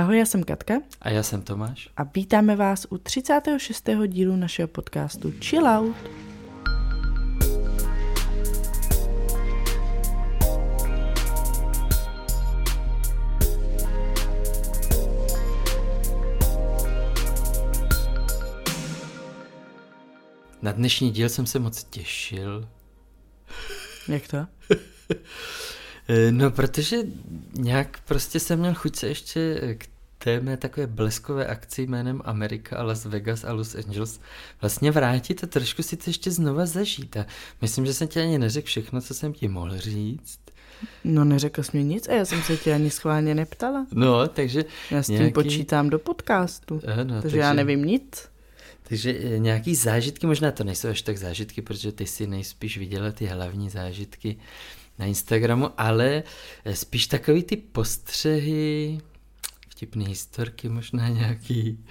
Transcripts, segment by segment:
Ahoj, já jsem Katka. A já jsem Tomáš. A vítáme vás u 36. dílu našeho podcastu Chill Out. Na dnešní díl jsem se moc těšil. Jak to? No, protože nějak prostě jsem měl chuť se ještě k té mé takové bleskové akci jménem Amerika a Las Vegas a Los Angeles vlastně vrátit a trošku si to ještě znova zažít. A myslím, že jsem ti ani neřekl všechno, co jsem ti mohl říct. No, neřekl jsi mi nic a já jsem se tě ani schválně neptala. No, takže... Já s tím počítám do podcastu, takže já nevím nic. Takže nějaký zážitky, možná to nejsou až tak zážitky, protože ty si nejspíš viděla ty hlavní zážitky na Instagramu, ale spíš takový ty postřehy, vtipný historky možná nějaký.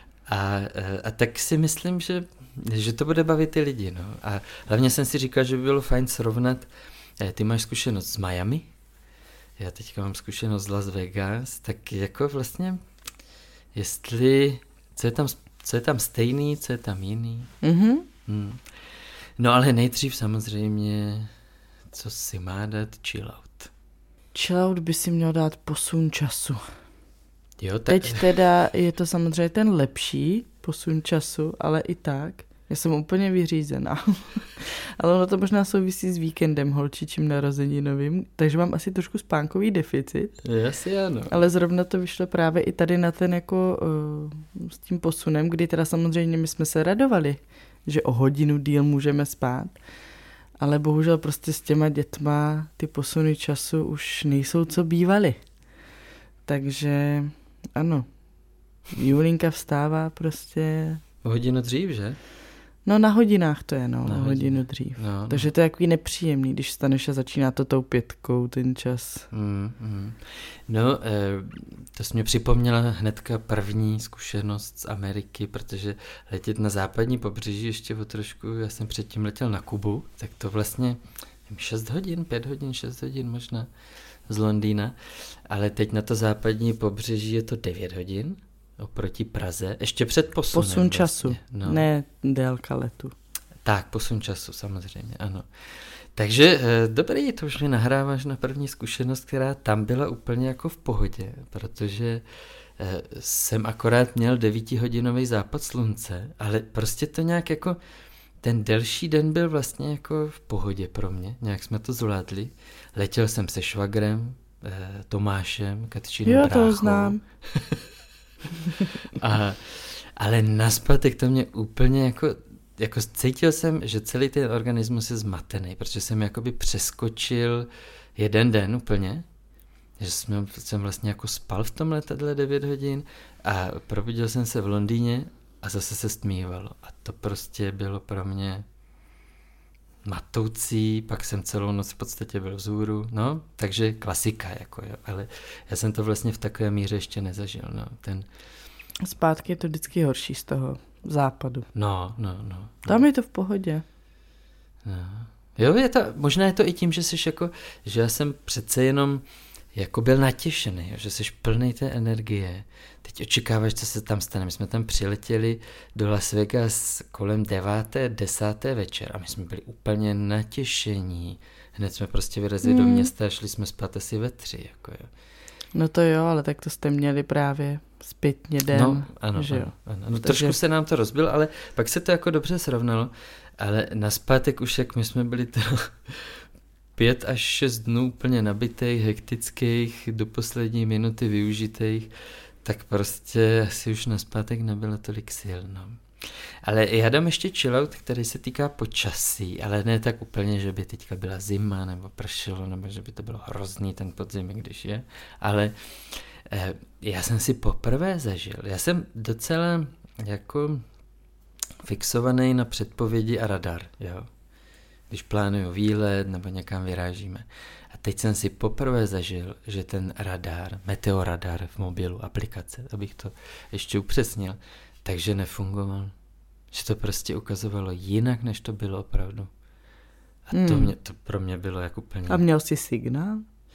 A tak si myslím, že to bude bavit ty lidi. No. A hlavně jsem si říkal, že by bylo fajn srovnat, ty máš zkušenost z Miami, já teďka mám zkušenost z Las Vegas, tak jako vlastně, jestli, co je tam stejný, co je tam jiný. Mhm. No ale nejdřív samozřejmě, co si má dát chill out. Chill out by si měl dát posun času. Jo, tak... Teď teda je to samozřejmě ten lepší posun času, ale i tak. Já jsem úplně vyřízená. Ale ono to možná souvisí s víkendem holčičím narozeninovým, takže mám asi trošku spánkový deficit. Asi ano. Ale zrovna to vyšlo právě i tady na ten jako s tím posunem, kdy teda samozřejmě my jsme se radovali, že o hodinu díl můžeme spát, ale bohužel prostě s těma dětma ty posuny času už nejsou, co bývaly. Takže ano, Julinka vstává prostě... O hodinu dřív, že? No na hodinách to je, no, na hodinu dřív. No, takže to je takový nepříjemný, když staneš a začíná to tou 5 ten čas. No, to jsi mě připomněla hnedka první zkušenost z Ameriky, protože letět na západní pobřeží ještě o trošku, já jsem předtím letěl na Kubu, tak to vlastně 6 hodin, 5 hodin, 6 hodin možná z Londýna, ale teď na to západní pobřeží je to 9 hodin. Oproti Praze, ještě před posunem. Posun času, vlastně. No. Ne délka letu. Tak, posun času, samozřejmě, ano. Takže dobrý, to už mi nahráváš na první zkušenost, která tam byla úplně jako v pohodě, protože jsem akorát měl 9hodinový západ slunce, ale prostě to nějak jako, ten delší den byl vlastně jako v pohodě pro mě, nějak jsme to zvládli. Letěl jsem se švagrem, Tomášem, Katčínem bráchou. Jo, to znám. Ale nazpatek to mě úplně jako cítil jsem, že celý ten organismus je zmatený, protože jsem jakoby přeskočil jeden den úplně, že jsem vlastně jako spal v tom letadle 9 hodin a probudil jsem se v Londýně a zase se stmívalo a to prostě bylo pro mě matoucí, pak jsem celou noc v podstatě byl vzhůru, no, takže klasika, jako jo, ale já jsem to vlastně v takové míře ještě nezažil, no, Zpátky je to vždycky horší z toho západu. No. Tam je to v pohodě. No. Jo, možná je to i tím, že jsi jako, že já jsem přece jenom jako byl natěšený, jo, že jsi plný té energie. Teď očekáváš, co se tam stane. My jsme tam přiletěli do Las Vegas kolem 9., 10. večer a my jsme byli úplně natěšení. Hned jsme prostě vyrazili do města a šli jsme spát asi ve 3, jako jo. No to jo, ale tak to jste měli právě zpětně den. No, ano, že jo? Ano. No, trošku se nám to rozbil, ale pak se to jako dobře srovnalo, ale nazpátek už, jak my jsme byli 5 až 6 dnů úplně nabitých, hektických, do poslední minuty využitých, tak prostě asi už nazpátek nebylo tolik sil, no. Ale já dám ještě chillout, který se týká počasí, ale ne tak úplně, že by teďka byla zima, nebo pršelo, nebo že by to bylo hrozný ten podzim, když je, ale já jsem si poprvé zažil, já jsem docela jako fixovaný na předpovědi a radar, jo. Když plánuju výlet nebo někam vyrážíme. A teď jsem si poprvé zažil, že ten radar, meteoradar v mobilu, aplikace, abych to ještě upřesnil, takže nefungoval. Že to prostě ukazovalo jinak, než to bylo opravdu. A to pro mě bylo jako úplně... A měl jsi signál?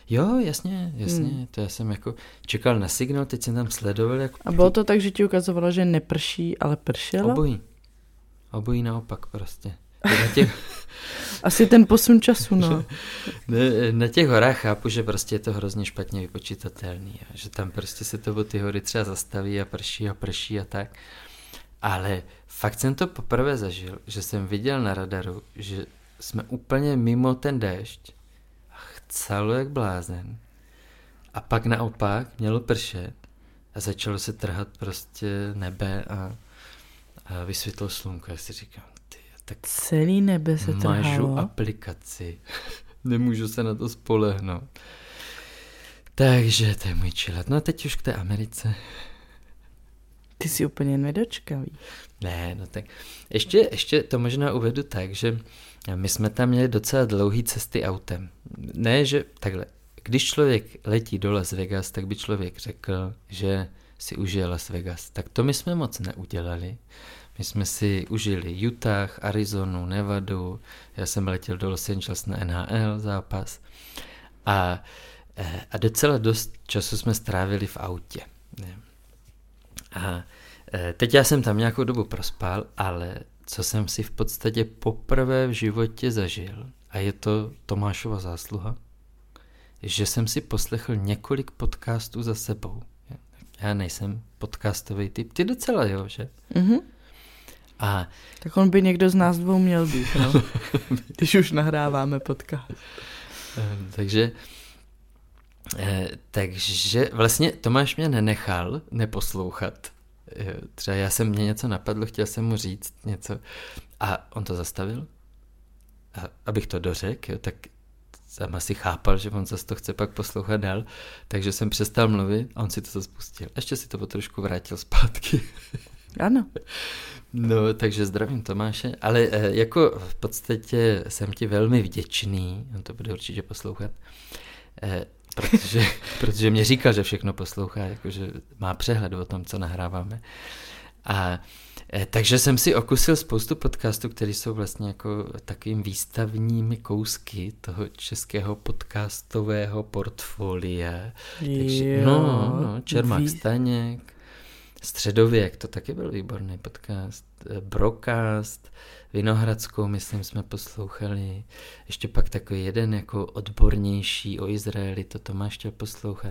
Jo, jasně, to já jsem jako čekal na signál, teď jsem tam sledoval. Jako... A bylo to tak, že ti ukazovalo, že neprší, ale pršelo? Obojí naopak prostě. Asi ten posun času, no. Na těch horách chápu, že prostě je to hrozně špatně vypočítatelný, že tam prostě se to od ty hory třeba zastaví a prší a tak. Ale fakt jsem to poprvé zažil, že jsem viděl na radaru, že jsme úplně mimo ten déšť a chcelo jak blázen. A pak naopak mělo pršet a začalo se trhat prostě nebe a vysvětlo slunko. Já si říkám, tak celý nebe se trhalo. Mažu aplikaci. Nemůžu se na to spolehnout. Takže to je můj čelet. No a teď už k té Americe. Ty jsi úplně nedočkavý. Ne, no tak. Ještě to možná uvedu tak, že my jsme tam měli docela dlouhý cesty autem. Ne, že takhle. Když člověk letí do Las Vegas, tak by člověk řekl, že si užije Las Vegas. Tak to my jsme moc neudělali. My jsme si užili Utah, Arizonu, Nevadu, já jsem letěl do Los Angeles na NHL zápas a docela dost času jsme strávili v autě. A teď já jsem tam nějakou dobu prospal, ale co jsem si v podstatě poprvé v životě zažil, a je to Tomášova zásluha, že jsem si poslechl několik podcastů za sebou. Já nejsem podcastový typ, ty docela jo, že? Mhm. Tak on by někdo z nás dvou měl být, no? Když už nahráváme podcast. Takže vlastně Tomáš mě nenechal neposlouchat. Třeba mě něco napadlo, chtěl jsem mu říct něco a on to zastavil. A abych to dořekl, tak jsem asi chápal, že on zase to chce pak poslouchat dál, takže jsem přestal mluvit a on si to zase pustil. Ještě si to trošku vrátil zpátky. Ano. No, takže zdravím Tomáše, ale jako v podstatě jsem ti velmi vděčný, on to bude určitě poslouchat, protože mě říkal, že všechno poslouchá, jakože má přehled o tom, co nahráváme. A takže jsem si okusil spoustu podcastů, které jsou vlastně jako takovým výstavními kousky toho českého podcastového portfolia. Takže, no, Čermák Staněk, Středověk, to taky byl výborný podcast, Brocast, Vinohradskou, myslím, jsme poslouchali, ještě pak takový jeden jako odbornější o Izraeli, to Tomáš chtěl poslouchat,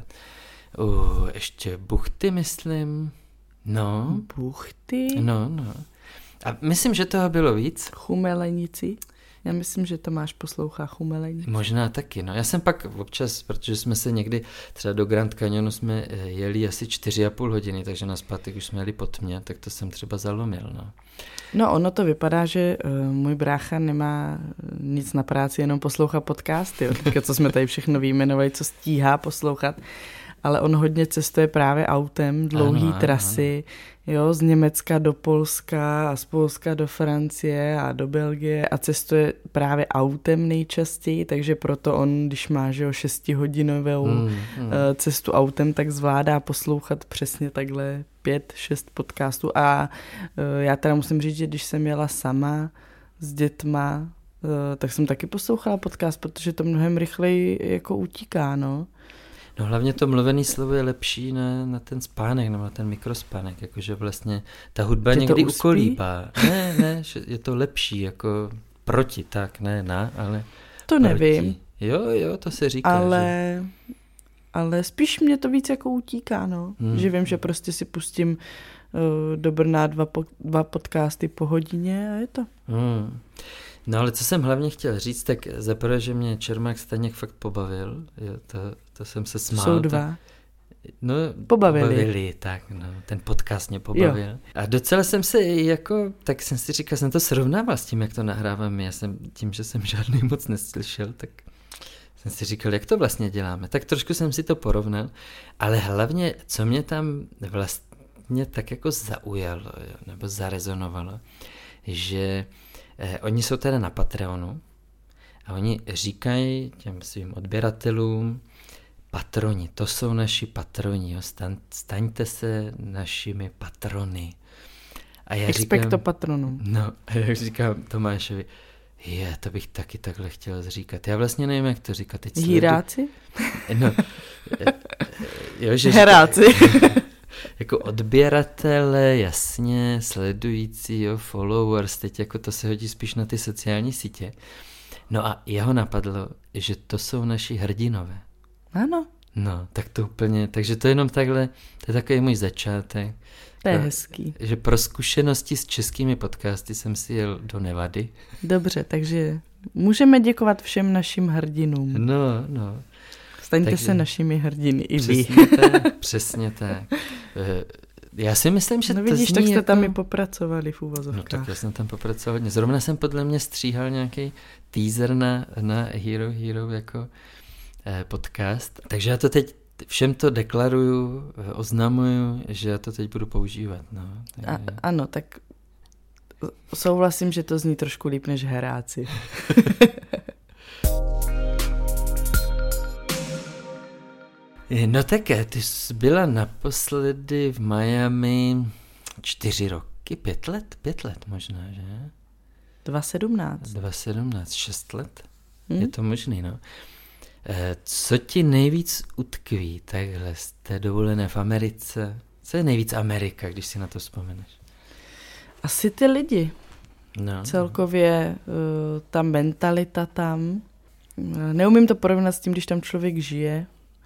ještě Buchty, myslím, no. Buchty? No. A myslím, že toho bylo víc. Chumelenici? Já myslím, že Tomáš poslouchá Chumelenici. Možná taky, no. Já jsem pak občas, protože jsme se někdy, třeba do Grand Canyonu jsme jeli asi 4,5 hodiny, takže naspátek už jsme jeli po tmě, tak to jsem třeba zalomil, no. No, ono to vypadá, že můj brácha nemá nic na práci, jenom poslouchá podcasty, jo. Teďka, co jsme tady všechno vyjmenovali, co stíhá poslouchat, ale on hodně cestuje právě autem, dlouhý trasy, jo, z Německa do Polska a z Polska do Francie a do Belgie a cestuje právě autem nejčastěji, takže proto on, když má, že jo, 6hodinovou cestu autem, tak zvládá poslouchat přesně takhle 5-6 podcastů a já teda musím říct, že když jsem jela sama s dětma, tak jsem taky poslouchala podcast, protože to mnohem rychleji jako utíká, no. No hlavně to mluvené slovo je lepší na ten spánek, nebo na ten mikrospánek, jakože vlastně ta hudba že někdy ukolíbá. Ne, že je to lepší, jako proti, tak ne, ale to proti. Nevím. Jo, to se říká. Ale spíš mě to víc jako utíká, no. Že vím, že prostě si pustím do Brna dva podcasty po hodině a je to. No ale co jsem hlavně chtěl říct, tak zaprvé, že mě Čermák Staněk fakt pobavil, jo, to jsem se smál. Jsou dva. No, pobavili, tak no, ten podcast mě pobavil. Jo. A docela jsem se tak jsem si říkal, jsem to srovnával s tím, jak to nahráváme, já jsem tím, že jsem žádný moc neslyšel, tak jsem si říkal, jak to vlastně děláme. Tak trošku jsem si to porovnal, ale hlavně, co mě tam vlastně tak jako zaujalo, jo, nebo zarezonovalo, že oni jsou teda na Patreonu a oni říkají těm svým odběratelům, patroni, to jsou naši patroni, jo, staňte se našimi patrony. A já Expecto patronum. No, a já říkám Tomášovi, to bych taky takhle chtěl říkat. Já vlastně nevím, jak to říkat. Teď Hýráci? No, jo, že Heráci. jako odběratele, jasně, sledující, jo, followers, teď jako to se hodí spíš na ty sociální sítě. No a jeho napadlo, že to jsou naši hrdinové. Ano. No, tak to úplně, takže to jenom takhle, to je takový můj začátek. To je hezký. Že pro zkušenosti s českými podcasty jsem si jel do Nevady. Dobře, takže můžeme děkovat všem našim hrdinům. No. Staňte se našimi hrdiny i vy. Přesně tak. Já si myslím, že no vidíš, to tak jste jako... tam i popracovali v úvozovkách. No tak já jsem tam popracoval hodně. Zrovna jsem podle mě stříhal nějaký teaser na Hero jako podcast. Takže já to teď všem to deklaruju, oznamuju, že já to teď budu používat. No. Ano, tak souhlasím, že to zní trošku líp než heráci. No tak, ty jsi byla naposledy v Miami 4 roky, 5 let? 5 let možná, že? 2017, 6 let? Je to možný, no. Co ti nejvíc utkví takhle z té dovolené v Americe? Co je nejvíc Amerika, když si na to vzpomeneš? Asi ty lidi. No. Celkově ta mentalita tam. Neumím to porovnat s tím, když tam člověk žije,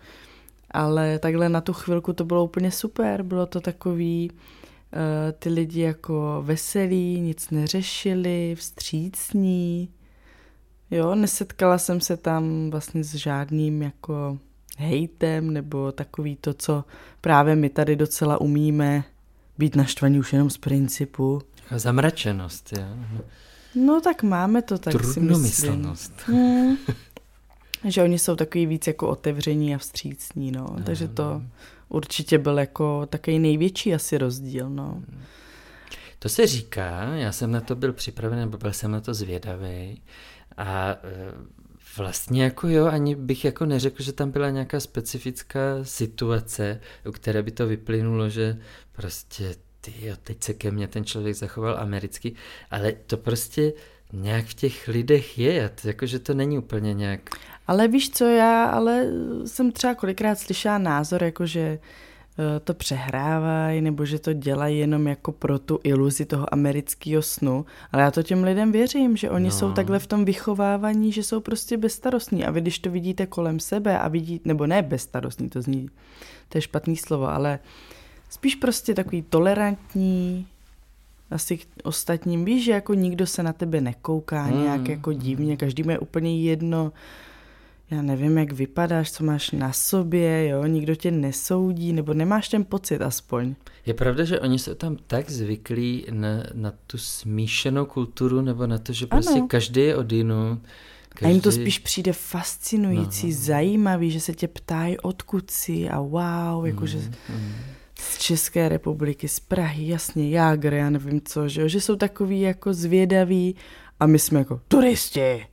ale takhle na tu chvilku to bylo úplně super. Bylo to takový, ty lidi jako veselí, nic neřešili, vstřícní. Jo, nesetkala jsem se tam vlastně s žádným jako hejtem nebo takový to, co právě my tady docela umíme být naštvaní už jenom z principu. Zamračenost, jo. No tak máme to, tak si myslím. Trudnomyslnost. Že oni jsou takový víc jako otevření a vstřícní, no. Takže to určitě byl jako takový největší asi rozdíl, no. To se říká, já jsem na to byl připravený, nebo byl jsem na to zvědavý. A vlastně jako jo, ani bych jako neřekl, že tam byla nějaká specifická situace, u které by to vyplynulo, že prostě teď se ke mně ten člověk zachoval americky, ale to prostě nějak v těch lidech je, jakože to není úplně nějak... Ale víš co, ale jsem třeba kolikrát slyšela názor, jakože to přehrávají, nebo že to dělají jenom jako pro tu iluzi toho amerického snu, ale já to těm lidem věřím, že oni jsou takhle v tom vychovávání, že jsou prostě bezstarostní a vy, když to vidíte kolem sebe a vidíte, nebo ne bezstarostní, to je špatný slovo, ale spíš prostě takový tolerantní, asi ostatním, víš, že jako nikdo se na tebe nekouká nějak jako divně, každý má úplně jedno, já nevím, jak vypadáš, co máš na sobě, jo, nikdo tě nesoudí, nebo nemáš ten pocit aspoň. Je pravda, že oni jsou tam tak zvyklí na tu smíšenou kulturu, nebo na to, že prostě každý je odinut. A jim to spíš přijde fascinující, zajímavý, že se tě ptají, odkud jsi a wow, jakože z České republiky, z Prahy, jasně, Jágr, já nevím co, že jsou takový jako zvědaví a my jsme jako turisti.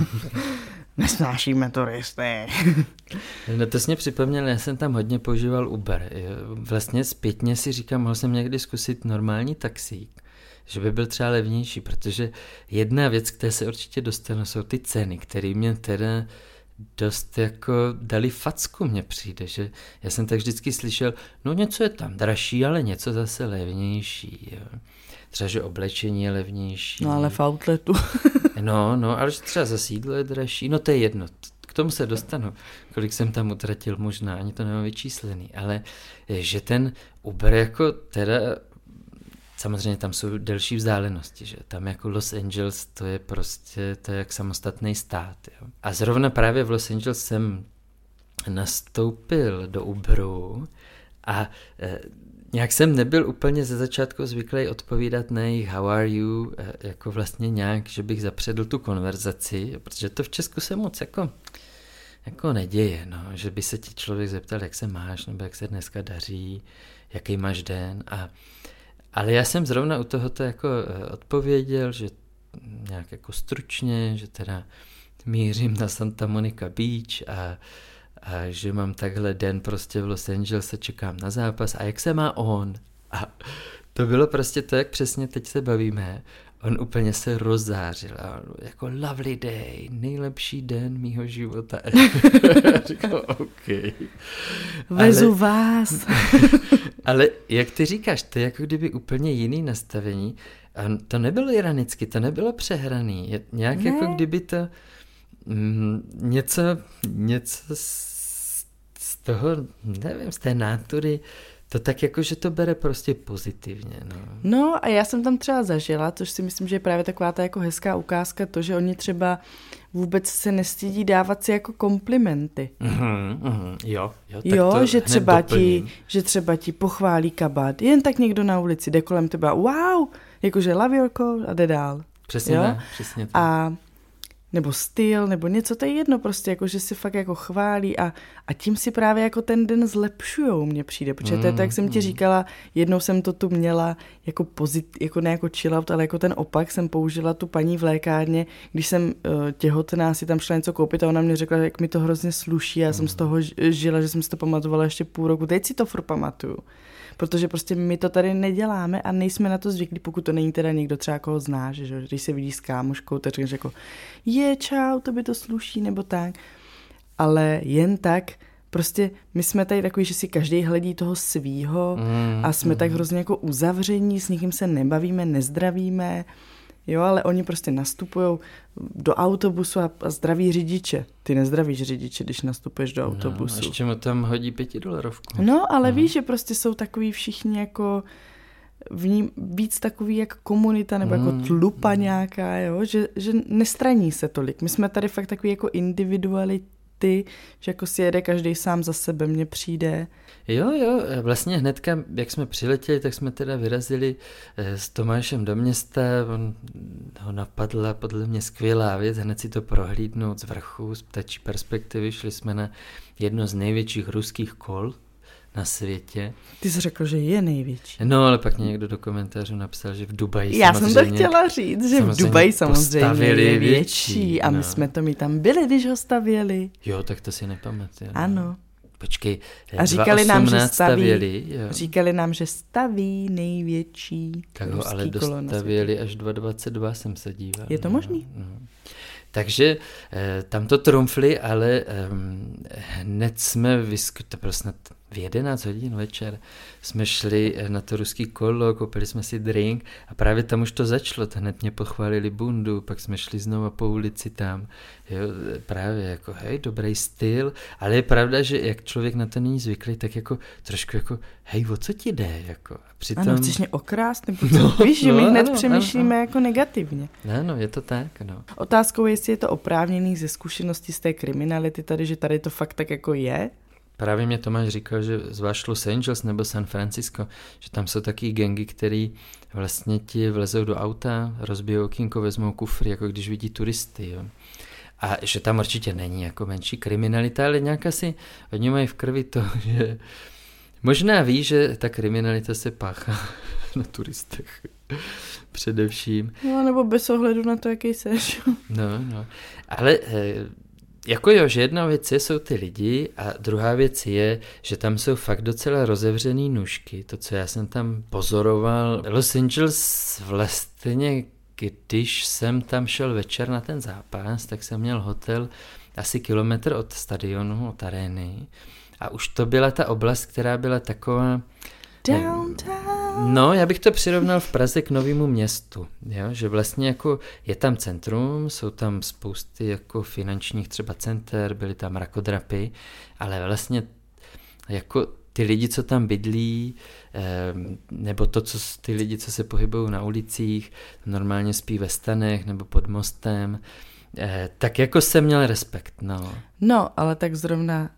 Nesnášíme turisty. No to jsi mě připomněl, já jsem tam hodně používal Uber. Vlastně zpětně si říkám, mohl jsem někdy zkusit normální taxík, že by byl třeba levnější, protože jedna věc, které se určitě dostanu, jsou ty ceny, které mě teda dost jako dali facku, mně přijde, že já jsem tak vždycky slyšel, no něco je tam dražší, ale něco zase levnější, jo. Třeba, že oblečení je levnější. No ale v outletu. No, ale třeba za sídlo je dražší, no to je jedno, k tomu se dostanu, kolik jsem tam utratil možná, ani to nemám vyčíslený, ale že ten Uber jako teda, samozřejmě tam jsou delší vzdálenosti, že tam jako Los Angeles to je prostě, to je jak samostatný stát, jo. A zrovna právě v Los Angeles jsem nastoupil do Uberu a nějak jsem nebyl úplně ze začátku zvyklý odpovídat na jejich how are you, jako vlastně nějak, že bych zapředl tu konverzaci, protože to v Česku se moc jako neděje, no, že by se ti člověk zeptal, jak se máš, nebo jak se dneska daří, jaký máš den, ale já jsem zrovna u tohoto jako odpověděl, že nějak jako stručně, že teda mířím na Santa Monica Beach a že mám takhle den prostě v Los Angeles, čekám na zápas a jak se má on. A To bylo prostě to, jak přesně teď se bavíme. On úplně se rozzářil. Jako lovely day, nejlepší den mýho života. Říkal, OK. Vezu vás. Ale jak ty říkáš, to je jako kdyby úplně jiný nastavení. A to nebylo ironicky, to nebylo přehraný. Nějak ne. Jako kdyby to něco z toho, nevím, z té nátury, to tak jako, že to bere prostě pozitivně. No a já jsem tam třeba zažila, což si myslím, že je právě taková ta jako hezká ukázka, to, že oni třeba vůbec se nestydí dávat si jako komplimenty. Jo, tak jo, to že třeba ti pochválí kabát, jen tak někdo na ulici jde kolem tebe, wow, jakože love your coat a jde dál. Přesně jo? tak, přesně tak. A nebo styl, nebo něco, to je jedno prostě, jako že si fakt jako chválí a tím si právě jako ten den zlepšujou, mně přijde, protože to je to, jak jsem ti říkala, jednou jsem to tu měla jako jako ne jako chill out, ale jako ten opak jsem použila tu paní v lékárně, když jsem těhotná si tam šla něco koupit a ona mě řekla, jak mi to hrozně sluší, já jsem z toho žila, že jsem si to pamatovala ještě půl roku, teď si to furt pamatuju. Protože prostě my to tady neděláme a nejsme na to zvyklí, pokud to není teda někdo třeba, koho znáš, že když se vidíš s kámoškou, tak řekneš jako čau, to by to sluší, nebo tak. Ale jen tak, prostě my jsme tady takový, že si každý hledí toho svýho a jsme tak hrozně jako uzavření, s nikým se nebavíme, nezdravíme, jo, ale oni prostě nastupujou do autobusu a zdraví řidiče. Ty nezdravíš řidiče, když nastupuješ do autobusu. No, ještě mu tam hodí $5. No, ale víš, že prostě jsou takový všichni jako v ní víc takový jak komunita nebo jako tlupa nějaká, jo, že nestraní se tolik. My jsme tady fakt takový jako individuality, že jako si jede každý sám za sebe, mně přijde. Jo, vlastně hnedka, jak jsme přiletěli, tak jsme teda vyrazili s Tomášem do města, on ho napadla podle mě skvělá věc, hned si to prohlídnout z vrchu, z ptačí perspektivy, šli jsme na jedno z největších ruských kol na světě. Ty jsi řekl, že je největší. No, ale pak někdo do komentářů napsal, že v Dubaji já jsem to chtěla říct, že v Dubaji samozřejmě je větší a my jsme to tam byli, když ho stavěli. Jo, tak to si nepamatuju. Ano. Počkej, a říkali nám, že staví největší tak ho ale dostavěli až 2022, jsem se díval. Je to možný? No. Takže tam to trumfli, ale hned jsme to bylo snad v 11 hodin večer, jsme šli na to ruský kolo, koupili jsme si drink a právě tam už to začalo, hned mě pochválili bundu, pak jsme šli znova po ulici tam, jo, právě jako hej, dobrý styl, ale je pravda, že jak člověk na to není zvyklý, tak jako trošku jako hej, o co ti jde, jako a přitom... Ano, chceš mě okrást, nebo co? Víš, že my hned přemýšlíme jako negativně. Ano, je to tak, no. Otázkou je, jestli je to oprávněný ze zkušeností z té kriminality tady, že tady to fakt tak jako je. Právě mě Tomáš říkal, že zvlášť Los Angeles nebo San Francisco, že tam jsou taky gangy, který vlastně ti vlezou do auta, rozbijou okýnko, vezmou kufry, jako když vidí turisty, jo. A že tam určitě není jako menší kriminalita, ale nějak asi oni mají v krvi to, že možná ví, že ta kriminalita se páchá na turistech především. No, nebo bez ohledu na to, jaký seš. No, ale... Jako jo, že jedna věc jsou ty lidi a druhá věc je, že tam jsou fakt docela rozevřený nůžky. To, co já jsem tam pozoroval. Los Angeles vlastně, když jsem tam šel večer na ten zápas, tak jsem měl hotel asi kilometr od stadionu, od arény. A už to byla ta oblast, která byla taková... Downtown. No, já bych to přirovnal v Praze k Novému Městu, jo? Že vlastně jako je tam centrum, jsou tam spousty jako finančních třeba center, byly tam rakodrapy, ale vlastně jako ty lidi, co tam bydlí, nebo ty lidi, co se pohybují na ulicích, normálně spí ve stanech nebo pod mostem, tak jako jsem měl respekt, no. No, ale tak zrovna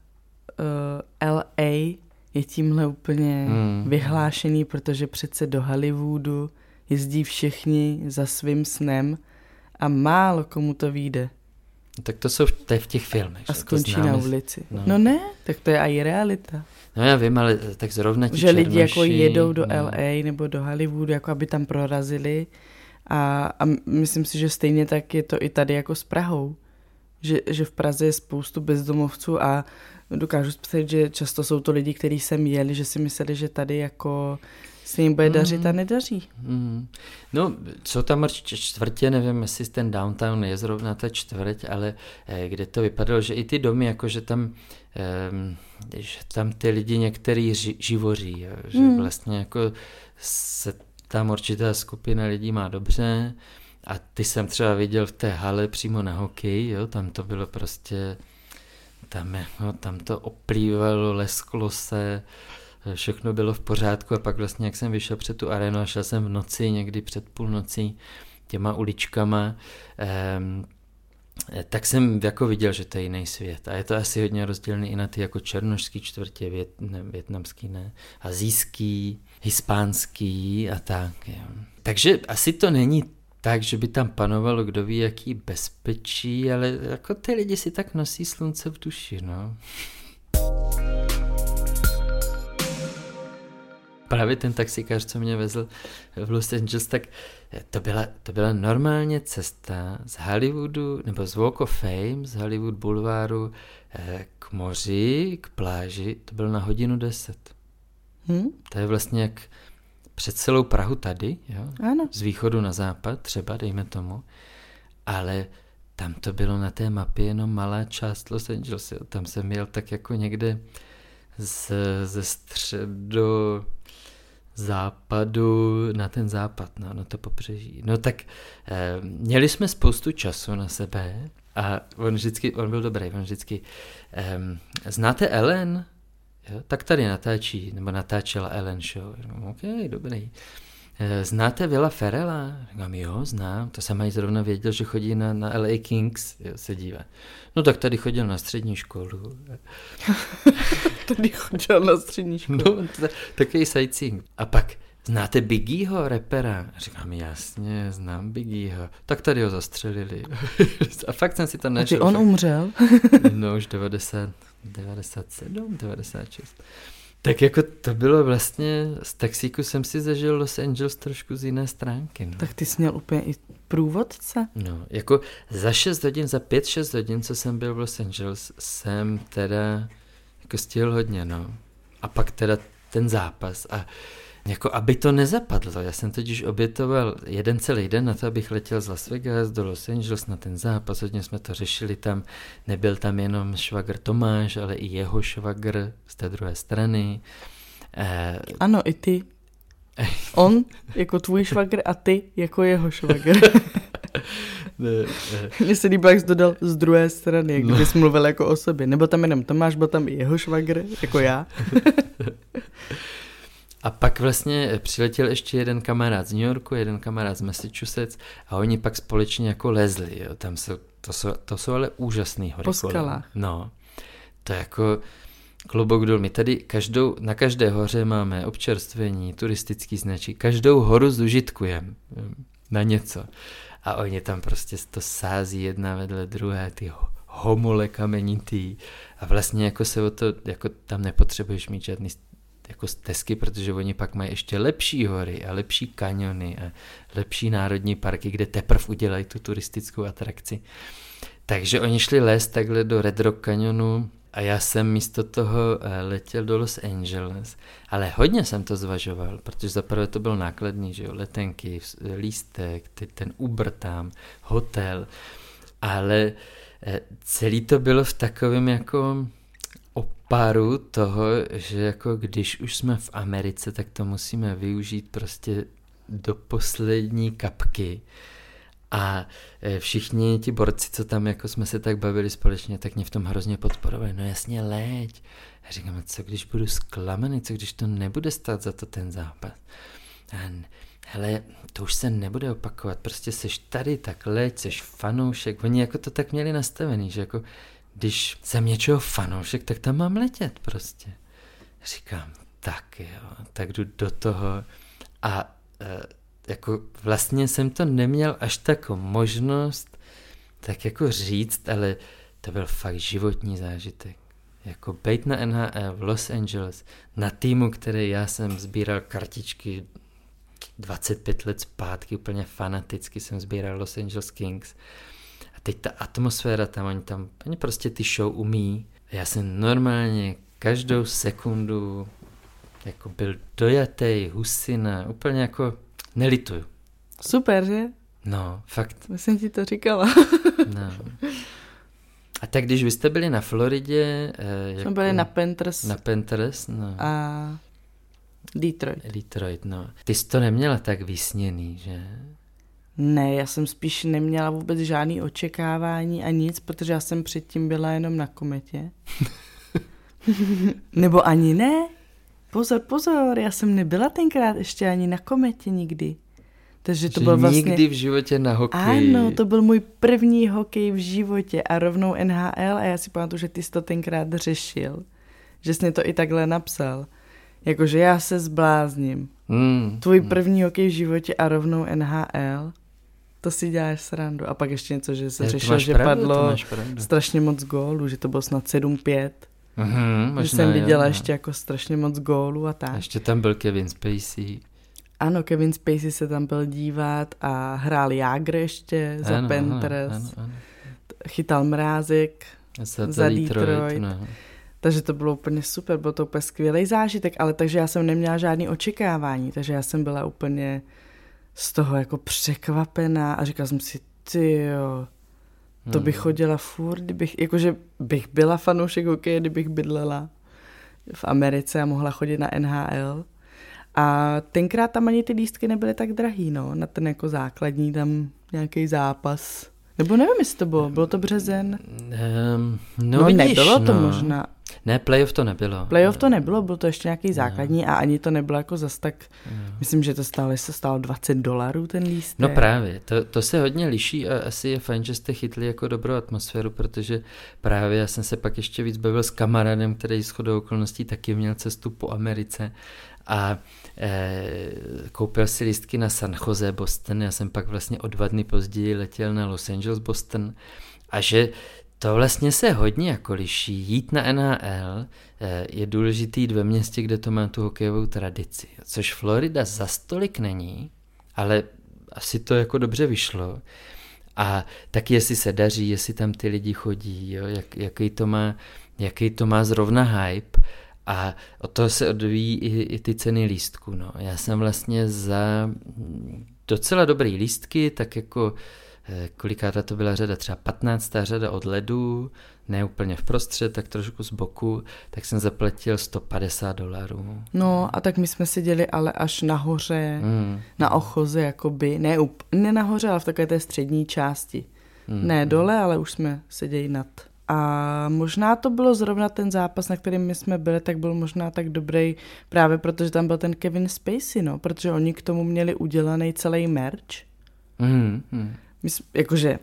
LA je tímhle úplně vyhlášený, protože přece do Hollywoodu jezdí všichni za svým snem a málo komu to vyjde. Tak to je v těch filmech. A skončí na ulici. No ne, tak to je i realita. No já vím, ale tak zrovna ti že černoši, lidi jako jedou do LA nebo do Hollywoodu, jako aby tam prorazili a myslím si, že stejně tak je to i tady jako s Prahou. Že v Praze je spoustu bezdomovců a dokážu představit, že často jsou to lidi, kteří sem jeli, že si mysleli, že tady jako Se jim bude dařit a nedaří. No, jsou tam určitě čtvrtě, nevím, jestli ten downtown je zrovna ta čtvrť, ale kde to vypadalo, že i ty domy, jako že tam ty lidi některý živoří, jo, že vlastně jako se tam určitá skupina lidí má dobře a ty jsem třeba viděl v té hale přímo na hokej, jo, tam to bylo prostě, tam to oplývalo, lesklo se, všechno bylo v pořádku a pak vlastně, jak jsem vyšel před tu arénu a šel jsem v noci, někdy před půlnocí těma uličkama, tak jsem jako viděl, že to je jiný svět. A je to asi hodně rozdělený i na ty jako černošský čtvrtě, vietnamský, ne, asijský, hispánský a tak. Jo. Takže asi to není tak, že by tam panovalo kdo ví jaký bezpečí, ale jako ty lidi si tak nosí slunce v duši, no. Právě ten taxikář, co mě vezl v Los Angeles, tak to byla normálně cesta z Hollywoodu, nebo z Walk of Fame, z Hollywood Boulevardu k moři, k pláži, to bylo na 1:10. To je vlastně jak před celou Prahu tady, jo? Ano. Z východu na západ, třeba, dejme tomu, ale tam to bylo na té mapě jenom malá část Los Angeles, jo? Tam jsem jel tak jako někde ze středu západu na ten západ, no, na to pobřeží. No tak měli jsme spoustu času na sebe a on byl dobrý, on vždycky, znáte Ellen? Jo, tak tady natáčí, nebo natáčela Ellen Show. OK, dobrý. Znáte Willa Ferrella? Říkám, jo, znám. To jsem ani zrovna věděl, že chodí na LA Kings, jo, se dívá. No tak tady chodil na střední školu. Tady chodil na střední školu. No, takový sightseeing. A pak, znáte Biggieho, rapera? Říkám, jasně, znám Biggieho. Tak tady ho zastřelili. A fakt jsem si to našel. A ty on umřel? No, už 97, 96. Tak jako to bylo vlastně, z taxíku jsem si zažil Los Angeles trošku z jiné stránky. No. Tak ty jsi měl úplně i průvodce? No, jako za 5-6 hodin, co jsem byl v Los Angeles, jsem teda jako stihl hodně, no. A pak teda ten zápas a jako aby to nezapadlo, já jsem totiž obětoval jeden celý den na to, abych letěl z Las Vegas do Los Angeles na ten zápas, hodně jsme to řešili tam, nebyl tam jenom švagr Tomáš, ale i jeho švagr z té druhé strany. Ano, i ty. On jako tvůj švagr a ty jako jeho švagr. Mně se líbilo, jak jsi dodal z druhé strany, jak kdybys mluvil jako o sobě. Nebo tam jenom Tomáš, byl tam i jeho švagr, jako já. A pak vlastně přiletěl ještě jeden kamarád z New Yorku, jeden kamarád z Massachusetts a oni pak společně jako lezli. Jo. Tam to jsou ale úžasný hory. Po skalách. No, to jako klobouk dolů. My tady na každé hoře máme občerstvení, turistický značky, každou horu zužitkujeme na něco. A oni tam prostě to sází jedna vedle druhé, ty homole kamenitý. A vlastně jako se o to, jako tam nepotřebuješ mít žádný jako stezky, protože oni pak mají ještě lepší hory a lepší kaniony a lepší národní parky, kde teprve udělají tu turistickou atrakci. Takže oni šli lézt takhle do Red Rock kanionu a já jsem místo toho letěl do Los Angeles. Ale hodně jsem to zvažoval, protože zaprvé to bylo nákladný, že jo, letenky, lístek, ten Uber tam, hotel, ale celý to bylo v takovém jako páru toho, že jako když už jsme v Americe, tak to musíme využít prostě do poslední kapky. A všichni ti borci, co tam jako jsme se tak bavili společně, tak mě v tom hrozně podporovali. No jasně, leď. A říkám, co když budu zklamaný, co když to nebude stát za to ten zápas. A hele, to už se nebude opakovat, prostě seš tady, tak leď, seš fanoušek. Oni jako to tak měli nastavený, že jako když jsem něčeho fanoušek, tak tam mám letět prostě. Říkám, tak jo, tak jdu do toho a jako vlastně jsem to neměl až takovou možnost tak jako říct, ale to byl fakt životní zážitek. Jako bejt na NHL v Los Angeles, na týmu, který já jsem sbíral kartičky 25 let zpátky, úplně fanaticky jsem sbíral Los Angeles Kings. A teď ta atmosféra tam, oni prostě ty show umí. Já jsem normálně každou sekundu jako byl dojatý, husina, úplně jako nelituju. Super, že? No, fakt. Já jsem ti to říkala. No. A tak když vy jste byli na Floridě... Jsme byli na Panthers. Na Panthers, no. A Detroit, no. Ty jsi to neměla tak vysněný, že? Ne, já jsem spíš neměla vůbec žádný očekávání a nic, protože já jsem předtím byla jenom na kometě. Nebo ani ne. Pozor, já jsem nebyla tenkrát ještě ani na kometě nikdy. Takže to byl vlastně... Nikdy v životě na hokeji. Ano, to byl můj první hokej v životě a rovnou NHL a já si pamatuju, že ty jsi to tenkrát řešil. Že jsi mě to i takhle napsal. Jakože já se zblázním. Tvůj první hokej v životě a rovnou NHL. To si děláš srandu. A pak ještě něco, že se řešil, že padlo strašně moc gólů, že to bylo snad 7-5. Možná, že jsem viděla ještě jako strašně moc gólů a tak. A ještě tam byl Kevin Spacey. Ano, Kevin Spacey se tam byl dívat a hrál Jágr ještě za Panthers. Ano. Chytal mrázek za Detroit. No. Takže to bylo úplně super, byl to úplně skvělý zážitek, ale takže já jsem neměla žádný očekávání, takže já jsem byla úplně z toho jako překvapená a říkala jsem si, tyjo, to bych chodila furt, jakože bych byla fanoušek hokeje, kdybych bydlela v Americe a mohla chodit na NHL. A tenkrát tam ani ty lístky nebyly tak drahý, no, na ten jako základní tam nějaký zápas. Nebo nevím, jestli to bylo to březen? No vidíš, nebylo to možná. Ne, playoff to nebylo. Playoff to nebylo, byl to ještě nějaký základní a ani to nebylo jako zas tak, myslím, že to stálo $20 ten lístek. No právě, to se hodně liší a asi je fajn, že jste chytli jako dobrou atmosféru, protože právě já jsem se pak ještě víc bavil s kamarádem, který shodou okolností taky měl cestu po Americe a koupil si lístky na San Jose, Boston, já jsem pak vlastně o 2 dny později letěl na Los Angeles, Boston a že to vlastně se hodně jako liší. Jít na NHL je důležitý jít ve městě, kde to má tu hokejovou tradici, což Florida za stolik není, ale asi to jako dobře vyšlo. A taky jestli se daří, jestli tam ty lidi chodí, jo, jaký to má zrovna hype. A od toho se odvíjí i ty ceny lístků. No. Já jsem vlastně za docela dobrý lístky, tak jako kolikáta to byla řada, třeba 15. řada od ledu, ne úplně vprostřed, tak trošku z boku, tak jsem zaplatil $150. No a tak my jsme seděli ale až nahoře, na ochoze jakoby, ne nahoře, ale v takové té střední části. Ne dole, ale už jsme seděli nad. A možná to bylo zrovna ten zápas, na kterým my jsme byli, tak byl možná tak dobrý právě protože tam byl ten Kevin Spacey, no, protože oni k tomu měli udělaný celý merch. My jsme, jakože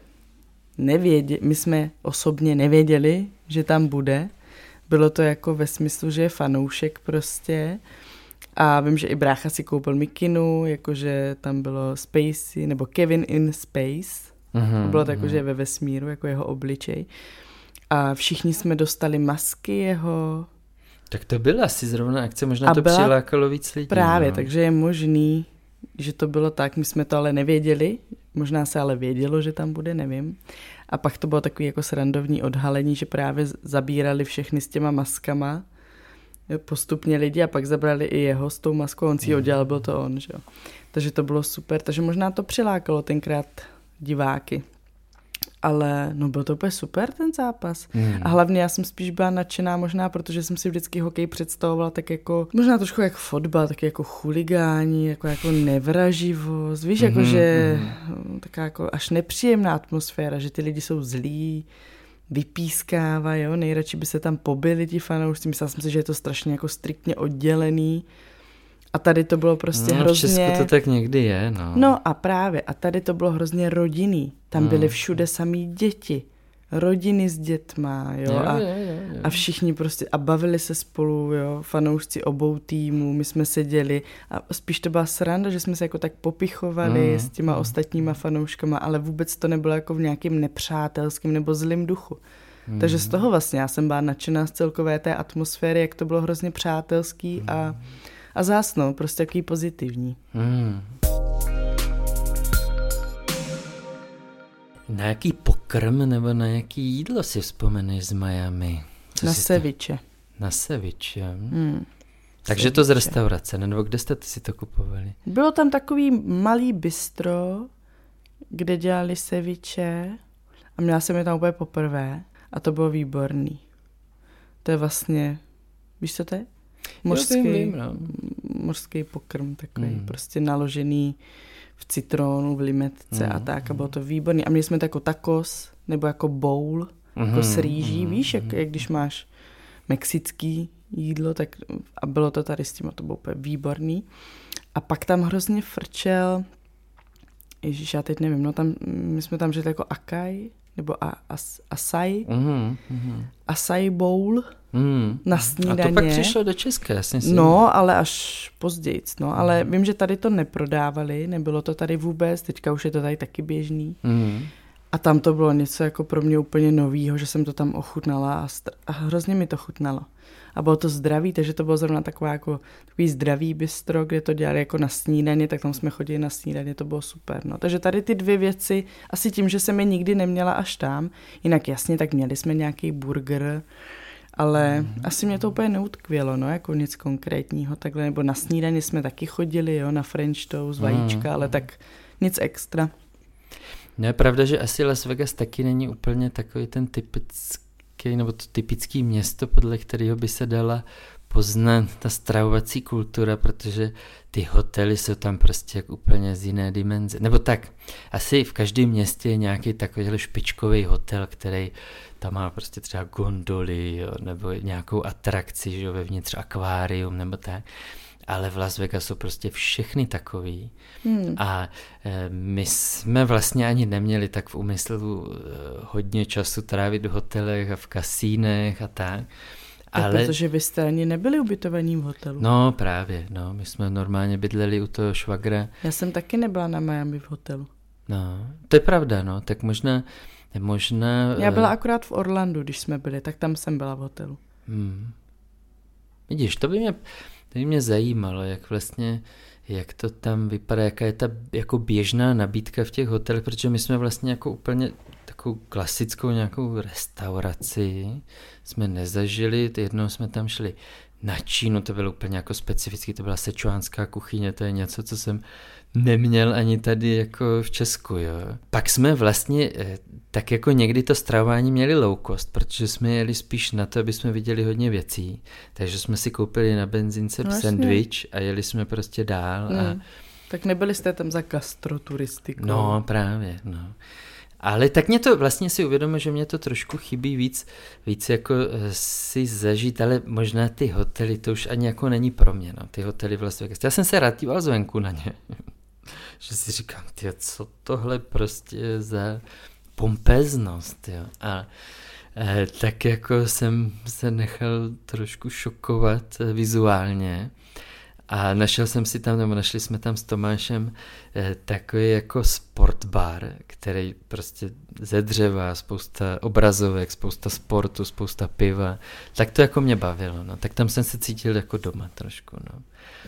my jsme osobně nevěděli, že tam bude. Bylo to jako ve smyslu, že je fanoušek prostě. A vím, že i brácha si koupil mikinu, jakože tam bylo Spacey, nebo Kevin in Space. Bylo to jakože ve vesmíru, jako jeho obličej. A všichni jsme dostali masky jeho. Tak to byla asi zrovna akce, možná to přilákalo víc lidí. Právě, takže je možný, že to bylo tak, my jsme to ale nevěděli, možná se ale vědělo, že tam bude, nevím. A pak to bylo takový jako srandovní odhalení, že právě zabírali všechny s těma maskama, postupně lidi a pak zabrali i jeho s tou maskou, on si ji udělal, byl to on, že jo. Takže to bylo super, takže možná to přilákalo tenkrát diváky. Ale no byl to úplně super ten zápas. A hlavně já jsem spíš byla nadšená možná, protože jsem si vždycky hokej představovala tak jako, možná trošku jak fotbal, taky jako chuligání, jako nevraživost. Víš, jakože taká jako až nepříjemná atmosféra, že ty lidi jsou zlí, vypískávají, jo, nejradši by se tam pobili ti fanoušci, myslela jsem si, že je to strašně jako striktně oddělený. A tady to bylo prostě hrozně... V Česku to tak někdy je, no. No a právě, a tady to bylo hrozně rodinný. Tam byly všude samý děti, rodiny s dětma, jo. A všichni prostě, a bavili se spolu, jo, fanoušci obou týmů, my jsme seděli a spíš to byla sranda, že jsme se jako tak popichovali s těma ostatníma fanouškama, ale vůbec to nebylo jako v nějakým nepřátelským nebo zlým duchu. Takže z toho vlastně já jsem byla nadšená z celkové té atmosféry, jak to bylo hrozně přátelský a zásnou, prostě takový pozitivní. Na jaký pokrm nebo na jaký jídlo si vzpomeneš z Miami? Na ceviche. Na ceviche. Takže to z restaurace, nebo kde jste si to kupovali? Bylo tam takový malý bistro, kde dělali ceviche a měla jsem je tam úplně poprvé a to bylo výborný. To je vlastně, víš co to je? Mořský pokrm, takový prostě naložený v citrónu, v limetce a tak a bylo to výborný. A měli jsme to jako tacos, nebo jako bowl, jako s rýží, víš, jak když máš mexický jídlo, tak a bylo to tady s tím, a to bylo úplně výborný. A pak tam hrozně frčel, ježíš, já teď nevím, no tam, my jsme tam žili jako acai, nebo acai bowl na snídaně. A to pak přišlo do Česka, jasně si. No, ale až později, no, ale vím, že tady to neprodávali, nebylo to tady vůbec, teďka už je to tady taky běžný. A tam to bylo něco jako pro mě úplně novýho, že jsem to tam ochutnala a hrozně mi to chutnalo. A bylo to zdravý, takže to bylo zrovna takový zdravý bistro, kde to dělali jako na snídaně, tak tam jsme chodili na snídaně, to bylo super. No. Takže tady ty dvě věci, asi tím, že jsem je nikdy neměla až tam, jinak jasně, tak měli jsme nějaký burger, ale asi mě to úplně neutkvělo, no, jako nic konkrétního takhle, nebo na snídaně jsme taky chodili, jo, na French toast, vajíčka, ale tak nic extra. No je pravda, že asi Las Vegas taky není úplně takový ten typický, nebo to typický město, podle kterého by se dala poznat ta stravovací kultura, protože ty hotely jsou tam prostě jak úplně z jiné dimenze. Nebo tak, asi v každém městě je nějaký takovýhle špičkový hotel, který tam má prostě třeba gondoly, jo, nebo nějakou atrakci, že jo, vevnitř akvárium, nebo tak. Ale v Las Vegasu prostě všechny takový. A my jsme vlastně ani neměli tak v úmyslu hodně času trávit v hotelech a v kasínech a tak. Ale... Protože vy jste ani nebyli ubytovaní v hotelu. No právě, no, my jsme normálně bydleli u toho švagra. Já jsem taky nebyla na Miami v hotelu. No, to je pravda, no, tak možná... Já byla akorát v Orlandu, když jsme byli, tak tam jsem byla v hotelu. Vidíš, to by mě zajímalo, jak to tam vypadá, jaká je ta jako běžná nabídka v těch hotelech, protože my jsme vlastně jako úplně takovou klasickou nějakou restauraci jsme nezažili, jednou jsme tam šli na Čínu, to bylo úplně jako specifický, to byla sečuánská kuchyně, to je něco, co jsem neměl ani tady jako v Česku, jo. Pak jsme vlastně tak jako někdy to stravování měli low cost, protože jsme jeli spíš na to, aby jsme viděli hodně věcí, takže jsme si koupili na benzínce sandwich a jeli jsme prostě dál. Tak nebyli jste tam za gastroturistikou. No právě, no. Ale tak mě to vlastně si uvědomil, že mě to trošku chybí víc jako si zažít, ale možná ty hotely, to už ani jako není pro mě, no, ty hotely v Las Vegas. Já jsem se rád díval zvenku na ně, že si říkám, tyjo, co tohle prostě je za pompeznost, jo. A tak jako jsem se nechal trošku šokovat vizuálně. A našli jsme tam s Tomášem takový jako sportbar, který prostě ze dřeva, spousta obrazovek, spousta sportu, spousta piva. Tak to jako mě bavilo, no. Tak tam jsem se cítil jako doma trošku, no.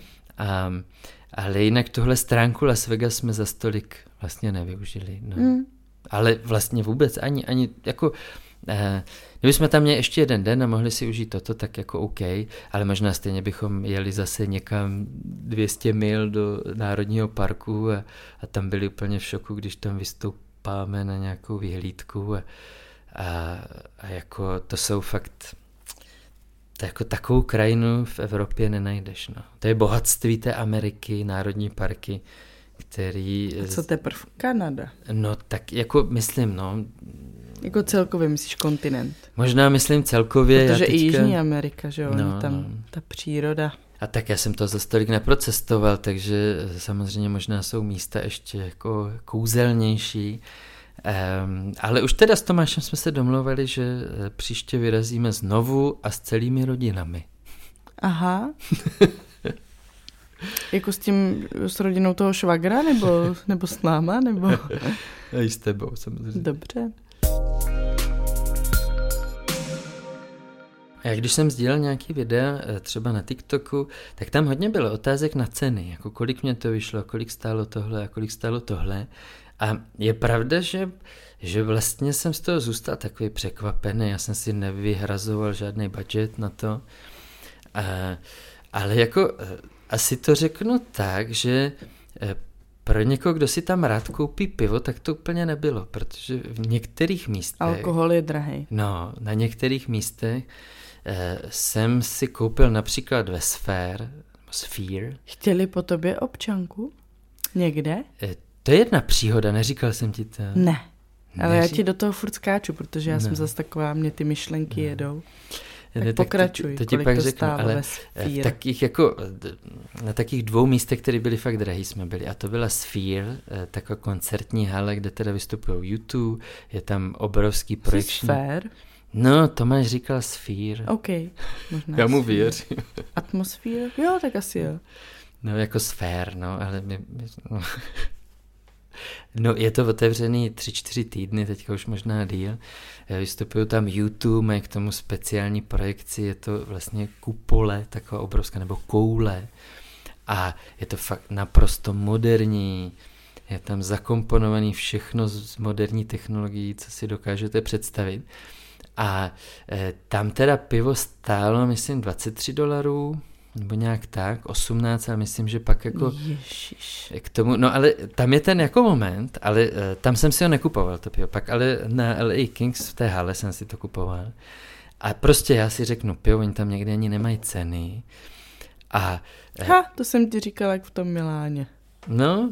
Ale jinak tuhle stránku Las Vegas jsme za stolik vlastně nevyužili, no. Ale vlastně vůbec ani jako... Kdybychom tam měli ještě jeden den a mohli si užít toto, tak jako OK, ale možná stejně bychom jeli zase někam 200 mil do Národního parku a tam byli úplně v šoku, když tam vystoupáme na nějakou vyhlídku a jako to jsou fakt, to jako takovou krajinu v Evropě nenajdeš, no. To je bohatství té Ameriky, národní parky, který... A co teprve Kanada? No tak jako myslím, no... Jako celkově myslíš kontinent? Možná myslím celkově. Protože i Jižní Amerika, že jo, ta příroda. A tak já jsem to za stolik neprocestoval, takže samozřejmě možná jsou místa ještě jako kouzelnější. Ale už teda s Tomášem jsme se domluvili, že příště vyrazíme znovu a s celými rodinami. Aha. Jako s rodinou toho švagra, nebo s náma, nebo... I s tebou, samozřejmě. Dobře. A když jsem sdílel nějaký videa, třeba na TikToku, tak tam hodně bylo otázek na ceny, jako kolik mě to vyšlo, kolik stálo tohle a kolik stálo tohle. A je pravda, že vlastně jsem z toho zůstal takový překvapený, já jsem si nevyhrazoval žádný budget na to. Ale jako asi to řeknu tak, že pro někoho, kdo si tam rád koupí pivo, tak to úplně nebylo, protože v některých místech... Alkohol je drahý. No, na některých místech jsem si koupil například ve Sphere. Chtěli po tobě občanku? Někde? To je jedna příhoda, neříkal jsem ti to. Ne, ale já ti do toho furt skáču, protože já jsem zase taková, mě ty myšlenky jedou. Tak pokračuj, to ti pak řeknu, ale v takých jako, na takých 2 místech, které byly fakt drahý, jsme byli. A to byla Sphere, taková koncertní hala, kde teda vystupují U2, je tam obrovský projekční... Sphere? No, Tomáš říkal Sphere. OK, možná. Já mu věřím. Atmosféra? Jo, tak asi jo. No, jako sfér, no, ale no, je to otevřený 3-4 týdny, teďka už možná díl. Vystupují tam U2, mají k tomu speciální projekci, je to vlastně kupole, taková obrovská, nebo koule. A je to fakt naprosto moderní, je tam zakomponovaný všechno z moderní technologií, co si dokážete představit. A tam teda pivo stálo, myslím, $23, nebo nějak tak, 18, ale myslím, že pak jako Ježiš. K tomu, no ale tam je ten jako moment, ale tam jsem si ho nekupoval, to pivo, pak ale na LA Kings v té hale jsem si to kupoval. A prostě já si řeknu, pivo, oni tam někde ani nemají ceny. A to jsem ti říkala jak v tom Miláně. No.